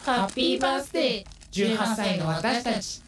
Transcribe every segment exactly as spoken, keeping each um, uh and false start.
ハッピーバースデーじゅうはっさいの私たち。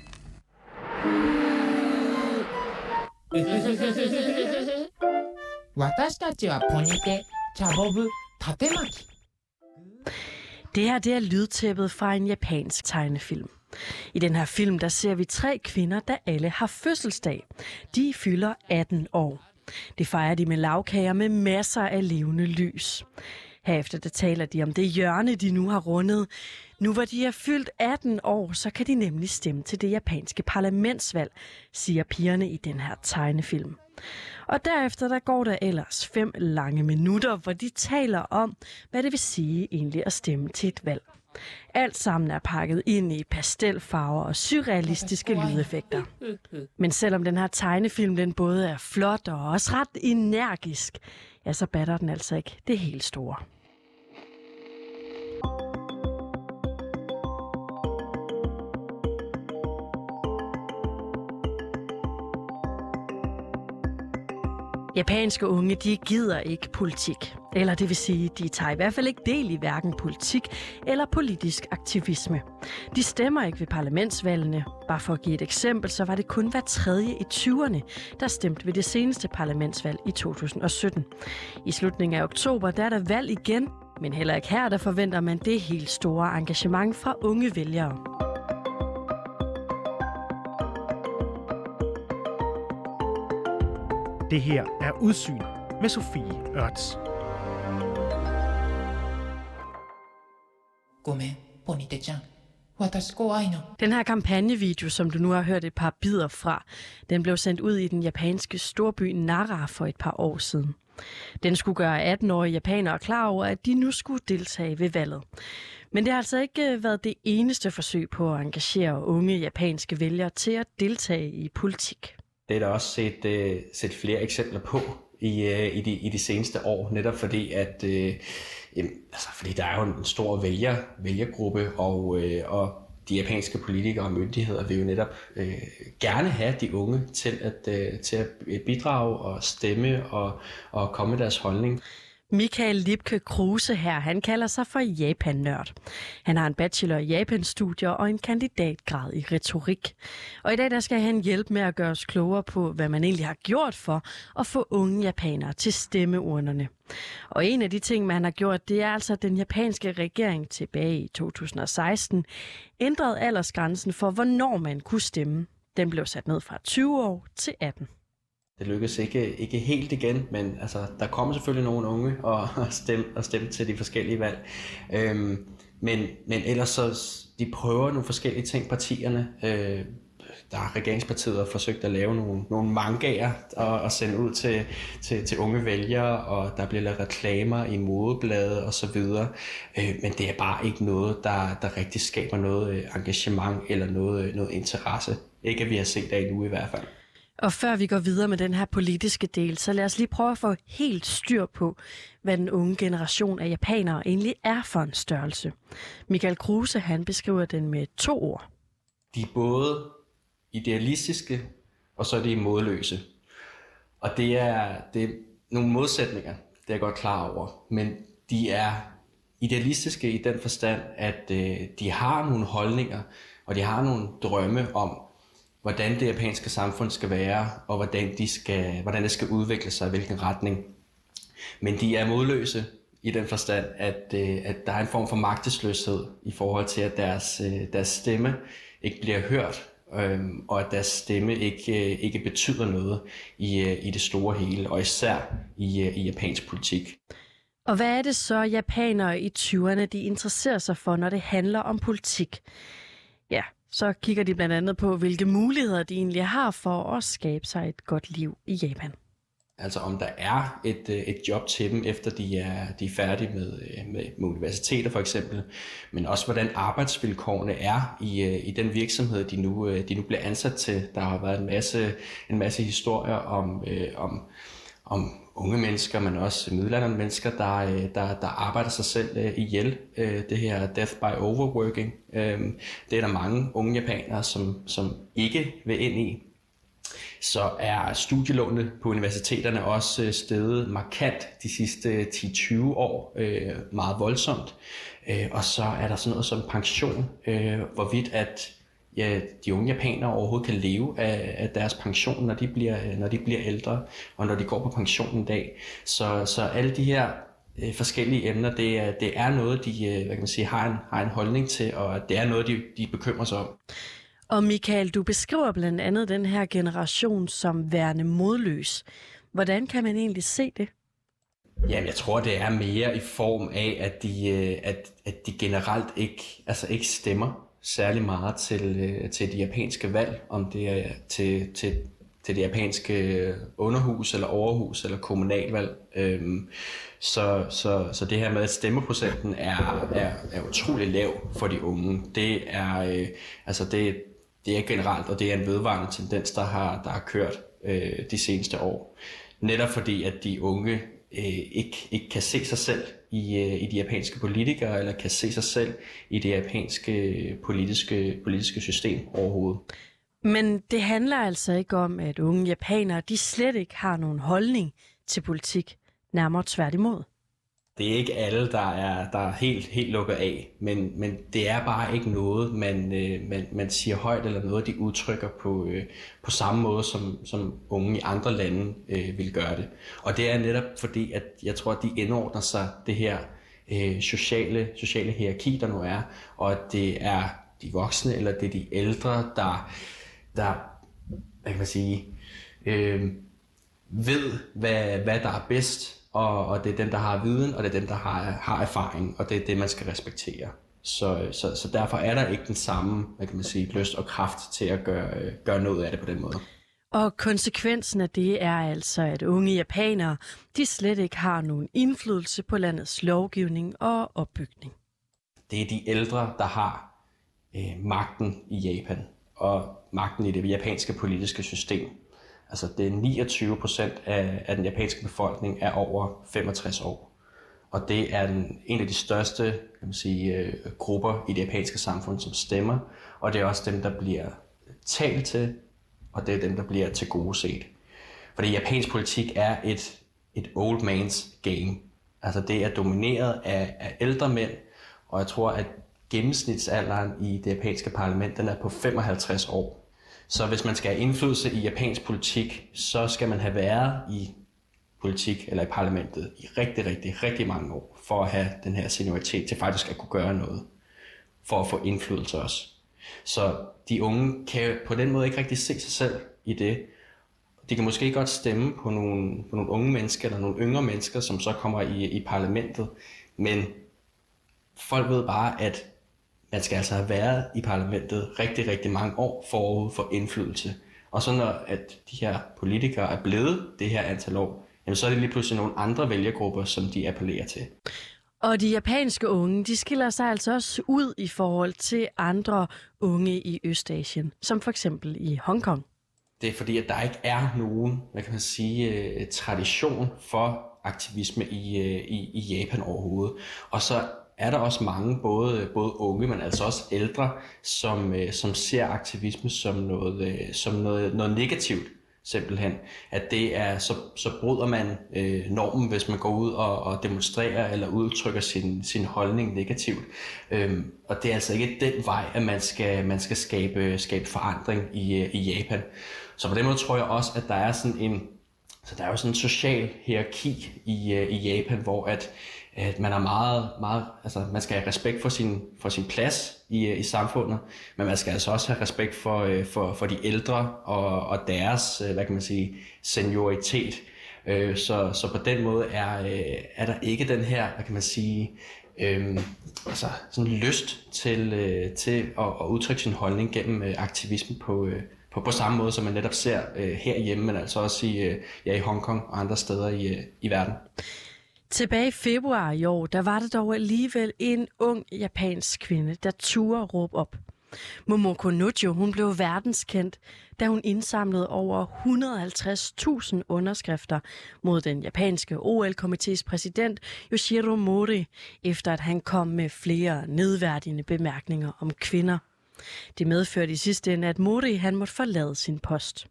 私たちはポニテ、chabob, tatemaki. Det her, det er lydtæppet fra en japansk tegnefilm. I den her film, der ser vi tre kvinder, der alle har fødselsdag. De fylder atten år. Det fejrer de med lagkager med masser af levende lys. Herefter der taler de om det hjørne, de nu har rundet. Nu hvor de er fyldt atten år, så kan de nemlig stemme til det japanske parlamentsvalg, siger pigerne i den her tegnefilm. Og derefter der går der ellers fem lange minutter, hvor de taler om, hvad det vil sige egentlig at stemme til et valg. Alt sammen er pakket ind i pastelfarver og surrealistiske lydeffekter. Men selvom den her tegnefilm den både er flot og også ret energisk, ja, så batter den altså ikke det helt store. Japanske unge, de gider ikke politik. Eller det vil sige, de tager i hvert fald ikke del i hverken politik eller politisk aktivisme. De stemmer ikke ved parlamentsvalgene. Bare for at give et eksempel, så var det kun hver tredje i tyverne, der stemte ved det seneste parlamentsvalg i to tusind og sytten. I slutningen af oktober, der er der valg igen, men heller ikke her, der forventer man det helt store engagement fra unge vælgere. Det her er Udsyn med Sofie Ørts. Den her kampagnevideo, som du nu har hørt et par bidder fra, den blev sendt ud i den japanske storby Nara for et par år siden. Den skulle gøre atten-årige japanere klar over, at de nu skulle deltage ved valget. Men det har altså ikke været det eneste forsøg på at engagere unge japanske vælgere til at deltage i politik. Det er der også set, uh, set flere eksempler på i, uh, i, de, i de seneste år, netop fordi, at uh, jamen, altså, fordi der er jo en stor vælger, vælgergruppe, og, uh, og de japanske politikere og myndigheder vil jo netop uh, gerne have de unge til at, uh, til at bidrage og stemme og, og komme med deres holdning. Michael Lipke Kruse her, han kalder sig for Japan-nørd. Han har en bachelor i Japan-studier og en kandidatgrad i retorik. Og i dag der skal han hjælpe med at gøre os klogere på, hvad man egentlig har gjort for at få unge japanere til stemmeurnerne. Og en af de ting, man har gjort, det er altså, at den japanske regering tilbage i to tusind og seksten ændrede aldersgrænsen for, hvornår man kunne stemme. Den blev sat ned fra tyve år til atten. Det lykkedes ikke, ikke helt igen, men altså, der kommer selvfølgelig nogle unge og stemme, og stemme til de forskellige valg. Øhm, men, men ellers så de prøver nogle forskellige ting, partierne. Øh, der har regeringspartiet forsøgt at lave nogle, nogle mangaer og, og sende ud til, til, til unge vælgere, og der bliver lavet reklamer i modeblade osv. Øh, men det er bare ikke noget, der, der rigtig skaber noget engagement eller noget, noget interesse. Ikke at vi har set det endnu i hvert fald. Og før vi går videre med den her politiske del, så lad os lige prøve at få helt styr på, hvad den unge generation af japanere egentlig er for en størrelse. Michael Kruse, han beskriver den med to ord. De er både idealistiske, og så er de modløse. Og det er, det er nogle modsætninger, det er jeg godt klar over. Men de er idealistiske i den forstand, at øh, de har nogle holdninger, og de har nogle drømme om, hvordan det japanske samfund skal være, og hvordan, de skal, hvordan det skal udvikle sig, i hvilken retning. Men de er modløse i den forstand, at, at der er en form for magtesløshed i forhold til, at deres, deres stemme ikke bliver hørt, og at deres stemme ikke, ikke betyder noget i, i det store hele, og især i, i japansk politik. Og hvad er det så, japanere i tyverne de interesserer sig for, når det handler om politik? Ja, så kigger de blandt andet på, hvilke muligheder de egentlig har for at skabe sig et godt liv i Japan. Altså om der er et, et job til dem, efter de er, de er færdige med, med, med universiteter for eksempel, men også hvordan arbejdsvilkårene er i, i den virksomhed, de nu, de nu bliver ansat til. Der har været en masse, en masse historier om, om, om unge mennesker, men også middelaldrende mennesker, der, der, der arbejder sig selv ihjel. Det her death by overworking, det er der mange unge japanere, som, som ikke vil ind i. så er studielånene på universiteterne også steget markant de sidste ti til tyve år, øh, meget voldsomt. Øh, og så er der sådan noget som pension, øh, hvorvidt at ja, de unge japanere overhovedet kan leve af, af deres pension, når de, bliver, når de bliver ældre, og når de går på pension en dag. Så, så alle de her øh, forskellige emner, det er, det er noget, de øh, hvad kan man sige, har, en, har en holdning til, og det er noget, de, de bekymrer sig om. Og Michael, du beskriver blandt andet den her generation som værende modløs. Hvordan kan man egentlig se det? Jamen, jeg tror, det er mere i form af, at de, at, at de generelt ikke, altså ikke stemmer særlig meget til, til det japanske valg, om det er til, til, til det japanske underhus eller overhus eller kommunalvalg. Øhm, så, så, så det her med, at stemmeprocenten er, er, er utrolig lav for de unge, det er, øh, altså det, det er generelt, og det er en vedvarende tendens, der har, der har kørt øh, de seneste år. Netop fordi, at de unge øh, ikke, ikke kan se sig selv i, øh, i de japanske politikere, eller kan se sig selv i det japanske politiske, politiske system overhovedet. Men det handler altså ikke om, at unge japanere de slet ikke har nogen holdning til politik. Nærmere tværtimod. Det er ikke alle, der er, der er helt, helt lukket af, men, men det er bare ikke noget, man, øh, man, man siger højt, eller noget, de udtrykker på, øh, på samme måde, som, som unge i andre lande øh, vil gøre det. Og det er netop fordi, at jeg tror, at de indordner sig det her øh, sociale, sociale hierarki, der nu er, og at det er de voksne, eller det er de ældre, der, der hvad kan man sige, øh, ved, hvad, hvad der er bedst, og, og det er den, der har viden, og det er den, der har, har erfaring, og det er det, man skal respektere. Så, så, så derfor er der ikke den samme, hvad kan man sige, lyst og kraft til at gøre, gøre noget af det på den måde. Og konsekvensen af det er altså, at unge japanere, de slet ikke har nogen indflydelse på landets lovgivning og opbygning. Det er de ældre, der har øh, magten i Japan, og magten i det japanske politiske system. Altså det er niogtyve procent af, af den japanske befolkning er over femogtres år. Og det er den, en af de største kan man sige, øh, grupper i det japanske samfund, som stemmer. Og det er også dem, der bliver talt til, og det er dem, der bliver tilgodeset. Fordi japansk politik er et, et old man's game. Altså det er domineret af, af ældre mænd, og jeg tror, at gennemsnitsalderen i det japanske parlament den er på femoghalvtreds år. Så hvis man skal have indflydelse i japansk politik, så skal man have været i politik eller i parlamentet i rigtig, rigtig, rigtig mange år, for at have den her senioritet til faktisk at kunne gøre noget, for at få indflydelse også. Så de unge kan på den måde ikke rigtig se sig selv i det. De kan måske godt stemme på nogle, på nogle unge mennesker eller nogle yngre mennesker, som så kommer i, i parlamentet, men folk ved bare, at man skal altså have været i parlamentet rigtig, rigtig mange år forud for indflydelse. Og så når at de her politikere er blevet det her antal år, jamen så er det lige pludselig nogle andre vælgergrupper, som de appellerer til. Og de japanske unge, de skiller sig altså også ud i forhold til andre unge i Østasien, som for eksempel i Hongkong. Det er fordi, at der ikke er nogen, hvad kan man sige, tradition for aktivisme i, i, i Japan overhovedet. Og så er der også mange, både, både unge, men altså også ældre, som, som ser aktivisme som noget, som noget, noget negativt, simpelthen. At det er, så, så bryder man øh, normen, hvis man går ud og, og demonstrerer eller udtrykker sin, sin holdning negativt. Øhm, og det er altså ikke den vej, at man skal, man skal skabe, skabe forandring i, i Japan. Så på den måde tror jeg også, at der er sådan en, så der er jo sådan en social hierarki i, i Japan, hvor at at man er meget, meget, altså man skal have respekt for sin, for sin plads i, i samfundet, men man skal altså også have respekt for, for, for de ældre og, og deres, hvad kan man sige, senioritet. Så, så på den måde er, er der ikke den her, hvad kan man sige, øhm, altså sådan lyst til, til at, at udtrykke sin holdning gennem aktivisme på, på, på samme måde, som man netop ser herhjemme, men altså også i, ja, i Hongkong og andre steder i, i verden. Tilbage i februar i år, der var der dog alligevel en ung japansk kvinde, der turde råbe op. Momoko Nujo, hun blev verdenskendt, da hun indsamlede over et hundrede og halvtreds tusind underskrifter mod den japanske O L-komités præsident Yoshiro Mori, efter at han kom med flere nedværdigende bemærkninger om kvinder. Det medførte i sidste ende, at Mori han måtte forlade sin post.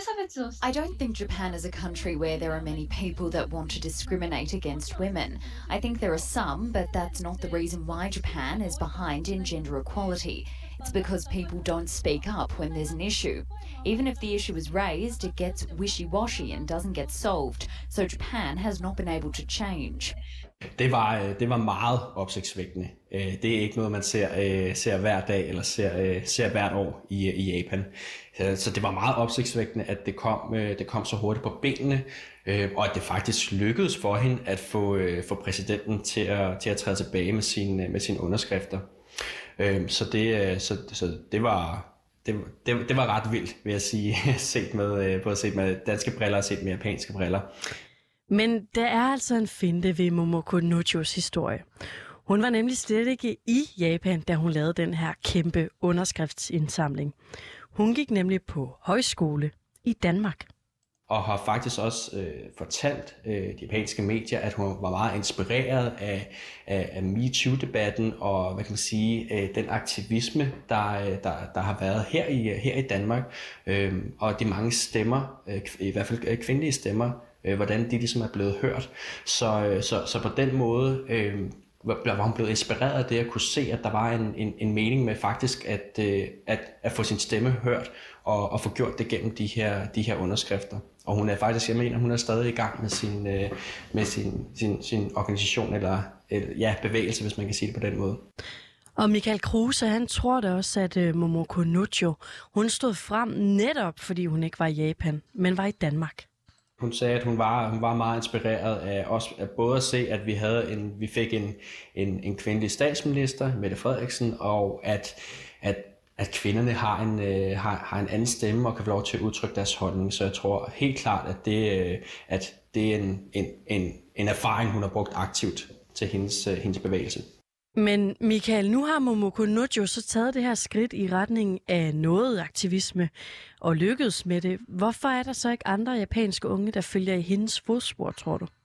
I don't think Japan is a country where there are many people that want to discriminate against women. I think there are some, but that's not the reason why Japan is behind in gender equality. It's because people don't speak up when there's an issue. Even if the issue is raised, it gets wishy-washy and doesn't get solved. So Japan has not been able to change. Det var, det var meget opsigtsvækkende. Det er ikke noget, man ser, ser hver dag eller ser, ser hvert år i, i Japan. Så det var meget opsigtsvækkende, at det kom, det kom så hurtigt på benene, og at det faktisk lykkedes for hende at få, få præsidenten til at, til at træde tilbage med sine, med sine underskrifter. Så det, så, så det var... Det, det, det var ret vildt, vil jeg sige, set med, både set med danske briller og set med japanske briller. Men der er altså en finte ved Momoko Nojos historie. Hun var nemlig slet ikke i Japan, da hun lavede den her kæmpe underskriftsindsamling. Hun gik nemlig på højskole i Danmark. Og har faktisk også øh, fortalt øh, de japanske medier, at hun var meget inspireret af, af, af MeToo-debatten og hvad kan man sige, øh, den aktivisme, der, der, der har været her i, her i Danmark. Øh, og de mange stemmer, øh, i hvert fald kvindelige stemmer, øh, hvordan de ligesom er blevet hørt. Så, øh, så, så på den måde øh, var hun blevet inspireret af det at kunne se, at der var en, en, en mening med faktisk at, øh, at, at få sin stemme hørt og, og få gjort det gennem de her, de her underskrifter. Og hun er faktisk, jeg mener, hun er stadig i gang med sin, øh, med sin, sin, sin organisation eller, eller ja, bevægelse, hvis man kan sige det på den måde. Og Michael Kruse, han tror da også, at uh, Momoko Nojo, hun stod frem netop, fordi hun ikke var i Japan, men var i Danmark. Hun sagde, at hun var, hun var meget inspireret af os, at både at se, at vi, havde en, vi fik en, en, en kvindelig statsminister, Mette Frederiksen, og at, at, at kvinderne har en, øh, har, har en anden stemme og kan få lov til at udtrykke deres holdning. Så jeg tror helt klart, at det, øh, at det er en, en, en, en erfaring, hun har brugt aktivt til hendes, øh, hendes bevægelse. Men Michael, nu har Momoko Nojo så taget det her skridt i retning af noget aktivisme og lykkedes med det. Hvorfor er der så ikke andre japanske unge, der følger i hendes fodspor, tror du?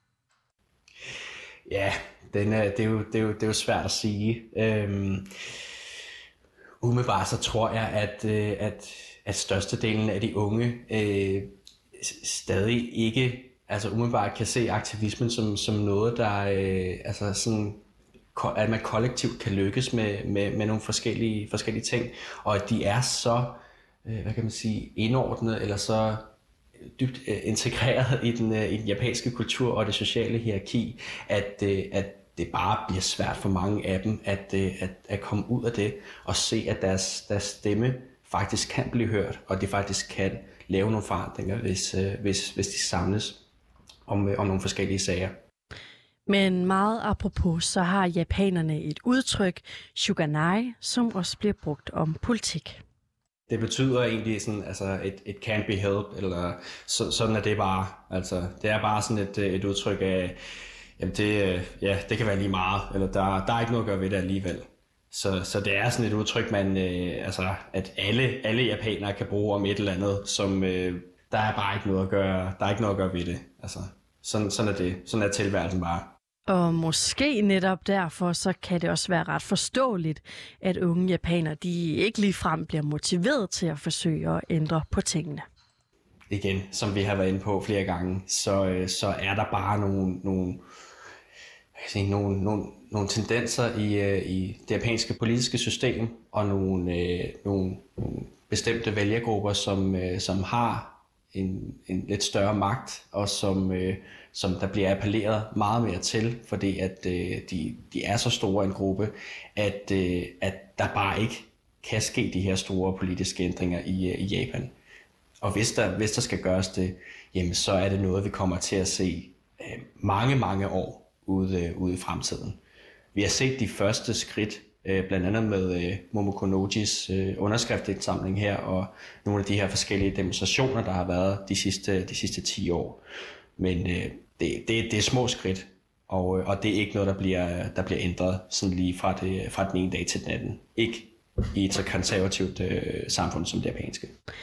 Ja, den er, det, er jo, det, er jo, det er jo svært at sige. Øhm, umiddelbart så tror jeg, at, at, at størstedelen af de unge øh, stadig ikke altså umiddelbart kan se aktivismen som, som noget, der øh, altså sådan... at man kollektivt kan lykkes med, med, med nogle forskellige, forskellige ting, og at de er så, øh, hvad kan man sige, indordnet eller så dybt øh, integreret i den, øh, i den japanske kultur og det sociale hierarki, at, øh, at det bare bliver svært for mange af dem at, øh, at, at komme ud af det og se, at deres, deres stemme faktisk kan blive hørt, og de faktisk kan lave nogle forandringer, hvis, øh, hvis, hvis de samles om, øh, om nogle forskellige sager. Men meget apropos, så har japanerne et udtryk, shuganai, som også bliver brugt om politik. Det betyder egentlig sådan, altså et, et can't be helped, eller så, sådan er det bare. Altså, det er bare sådan et, et udtryk af, jamen det, ja, det kan være lige meget, eller der, der er ikke noget at gøre ved det alligevel. Så, så det er sådan et udtryk, man, øh, altså, at alle, alle japanere kan bruge om et eller andet, som øh, der er bare ikke noget at gøre, der er ikke noget at gøre ved det. Altså, sådan, sådan er det. Sådan er tilværelsen bare. Og måske netop derfor, så kan det også være ret forståeligt, at unge japanere, de ikke ligefrem bliver motiveret til at forsøge at ændre på tingene. Igen, som vi har været inde på flere gange, så, så er der bare nogle, nogle, jeg kan sige, nogle, nogle, nogle tendenser i, i det japanske politiske system, og nogle, nogle, nogle bestemte vælgergrupper, som, som har en, en lidt større magt, og som, som der bliver appelleret meget mere til, fordi at de, de er så store en gruppe, at, at der bare ikke kan ske de her store politiske ændringer i, i Japan. Og hvis der, hvis der skal gøres det, jamen så er det noget, vi kommer til at se mange, mange år ude, ude i fremtiden. Vi har set de første skridt, blandt andet med Momoko Nojis underskriftindsamling her, og nogle af de her forskellige demonstrationer, der har været de sidste, de sidste ti år. Men det, det, det er små skridt, og, og det er ikke noget, der bliver, der bliver ændret sådan lige fra, det, fra den ene dag til den anden. Ikke i et så konservativt øh, samfund som det japanske.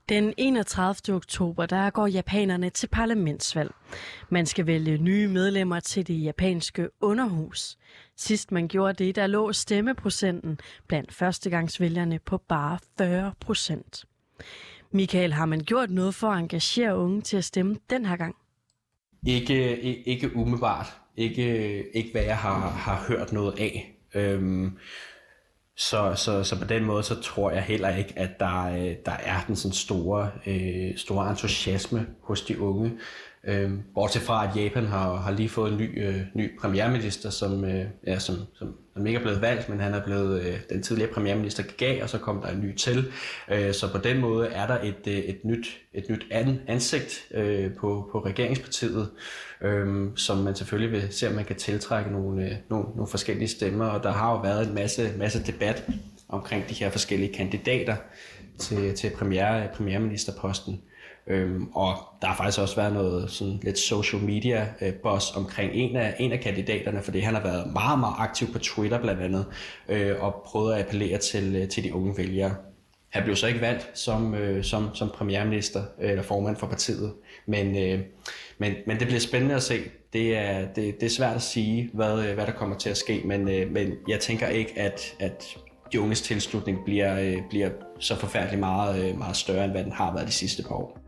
Den enogtredivte oktober der går japanerne til parlamentsvalg. Man skal vælge nye medlemmer til det japanske underhus. Sidst man gjorde det, der lå stemmeprocenten blandt førstegangsvælgerne på bare fyrre procent. Michael, har man gjort noget for at engagere unge til at stemme den her gang? Ikke, ikke umiddelbart. Ikke, ikke hvad jeg har, har hørt noget af. Øhm, så, så, så på den måde, så tror jeg heller ikke, at der, der er den sådan store, øh, store entusiasme hos de unge. Øhm, bortset fra, at Japan har, har lige fået en ny, øh, ny premierminister, som, øh, ja, som, som, som ikke er blevet valgt, men han er blevet øh, den tidligere premierminister gav, og så kom der en ny til. Øh, så på den måde er der et, et nyt, et nyt ansigt øh, på, på regeringspartiet, øh, som man selvfølgelig vil se, om man kan tiltrække nogle, øh, nogle, nogle forskellige stemmer. Og der har jo været en masse, masse debat omkring de her forskellige kandidater til, til premier, premierministerposten. Øhm, og der har faktisk også været noget sådan lidt social media øh, buzz omkring en af, en af kandidaterne, fordi han har været meget, meget aktiv på Twitter blandt andet, øh, og prøvet at appellere til, øh, til de unge vælgere. Han blev så ikke valgt som, øh, som, som premierminister øh, eller formand for partiet, men, øh, men, men det bliver spændende at se. Det er, det, det er svært at sige, hvad, hvad der kommer til at ske, men, øh, men jeg tænker ikke, at, at de unges tilslutning bliver, øh, bliver så forfærdeligt meget, øh, meget større, end hvad den har været de sidste par år.